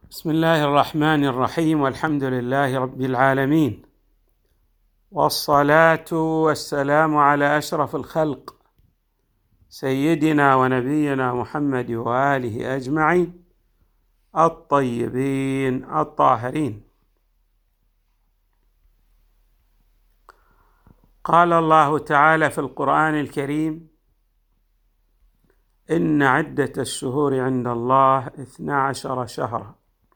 بسم الله الرحمن الرحيم، والحمد لله رب العالمين، والصلاة والسلام على أشرف الخلق سيدنا ونبينا محمد وآله أجمعين الطيبين الطاهرين. قال الله تعالى في القرآن الكريم: إن عدة الشهور عند الله 12 شهرا.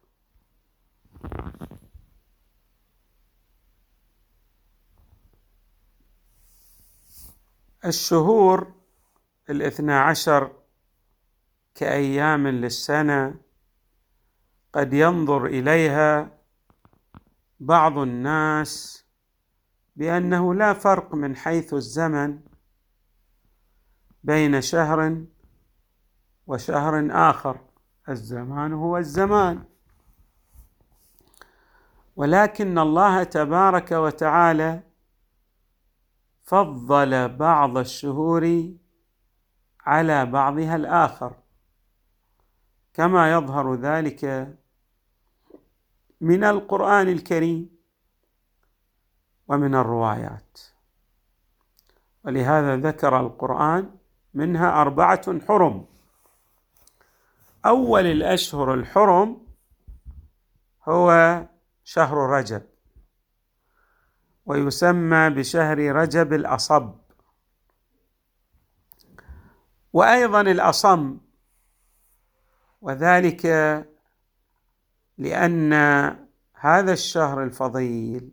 الشهور 12 كأيام للسنة. قد ينظر إليها بعض الناس بأنه لا فرق من حيث الزمن بين شهر وشهر آخر، الزمان هو الزمان، ولكن الله تبارك وتعالى فضل بعض الشهور على بعضها الآخر، كما يظهر ذلك من القرآن الكريم ومن الروايات. ولهذا ذكر القرآن منها 4 حرم. أول الأشهر الحرم هو شهر رجب، ويسمى بشهر رجب الأصب، وأيضا الأصم، وذلك لأن هذا الشهر الفضيل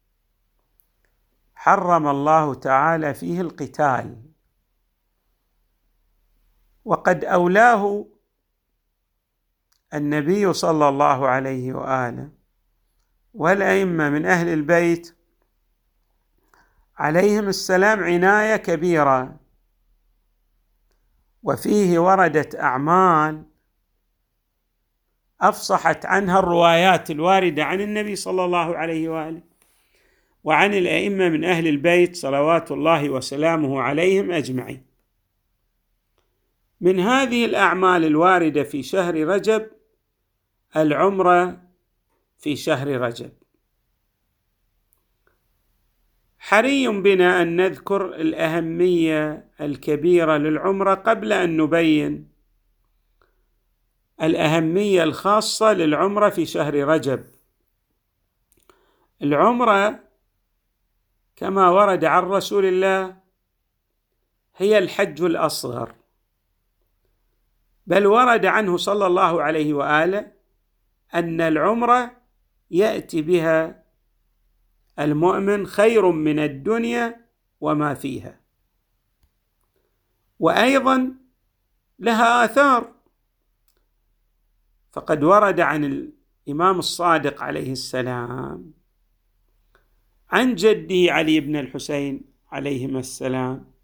حرم الله تعالى فيه القتال، وقد أولاه النبي صلى الله عليه وآله والأئمة من أهل البيت عليهم السلام عناية كبيرة، وفيه وردت أعمال أفصحت عنها الروايات الواردة عن النبي صلى الله عليه وآله وعن الأئمة من أهل البيت صلوات الله وسلامه عليهم أجمعين. من هذه الأعمال الواردة في شهر رجب العمرة في شهر رجب. حري بنا أن نذكر الأهمية الكبيرة للعمرة قبل أن نبين الأهمية الخاصة للعمرة في شهر رجب. العمرة كما ورد عن رسول الله هي الحج الأصغر، بل ورد عنه صلى الله عليه وآله أن العمرة يأتي بها المؤمن خير من الدنيا وما فيها، وأيضا لها آثار. فقد ورد عن الإمام الصادق عليه السلام عن جده علي بن الحسين عليهما السلام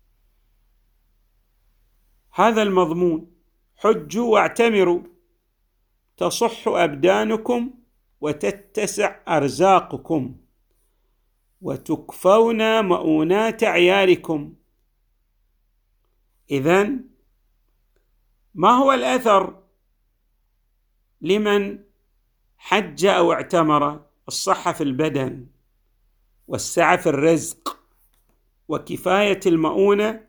هذا المضمون: حجوا واعتمروا تصح أبدانكم وتتسع أرزاقكم وتكفون مؤونات عيالكم. إذن ما هو الأثر لمن حج أو اعتمر؟ الصحة في البدن، والسعة في الرزق، وكفاية المؤونة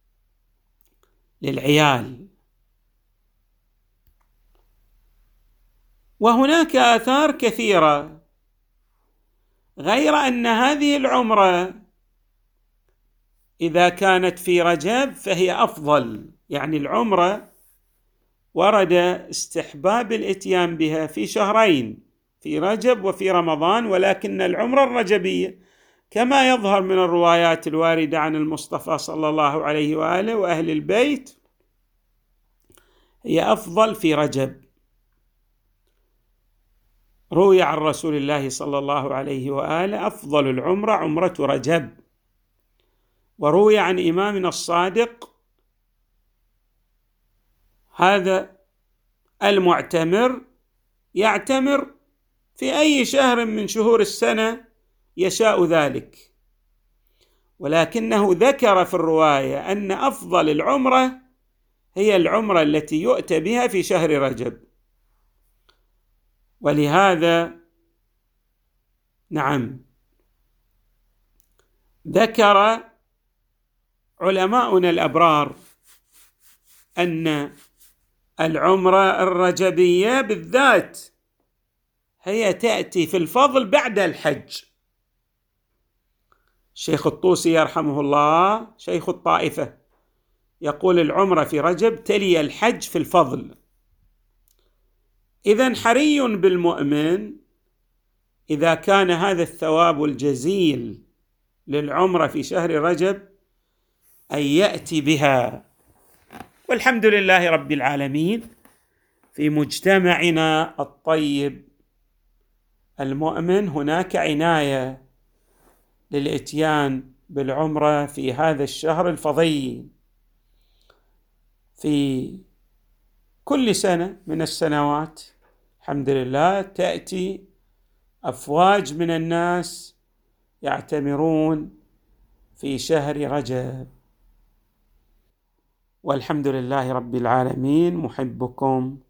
للعيال. وهناك آثار كثيرة، غير أن هذه العمرة إذا كانت في رجب فهي أفضل. يعني العمرة ورد استحباب الإتيان بها في شهرين، في رجب وفي رمضان، ولكن العمرة الرجبية كما يظهر من الروايات الواردة عن المصطفى صلى الله عليه وآله وأهل البيت هي أفضل في رجب. روي عن رسول الله صلى الله عليه وآله: أفضل العمرة عمرة رجب. وروي عن إمامنا الصادق: هذا المعتمر يعتمر في أي شهر من شهور السنة يشاء ذلك، ولكنه ذكر في الرواية أن أفضل العمرة هي العمرة التي يؤتى بها في شهر رجب. ولهذا نعم ذكر علماؤنا الأبرار أن العمرة الرجبية بالذات هي تأتي في الفضل بعد الحج. الشيخ الطوسي يرحمه الله شيخ الطائفة يقول العمرة في رجب تلي الحج في الفضل. إذن حري بالمؤمن إذا كان هذا الثواب الجزيل للعمرة في شهر رجب أن يأتي بها. والحمد لله رب العالمين في مجتمعنا الطيب المؤمن هناك عناية للإتيان بالعمرة في هذا الشهر الفضيل. في كل سنة من السنوات الحمد لله تأتي أفواج من الناس يعتمرون في شهر رجب. والحمد لله رب العالمين. محبكم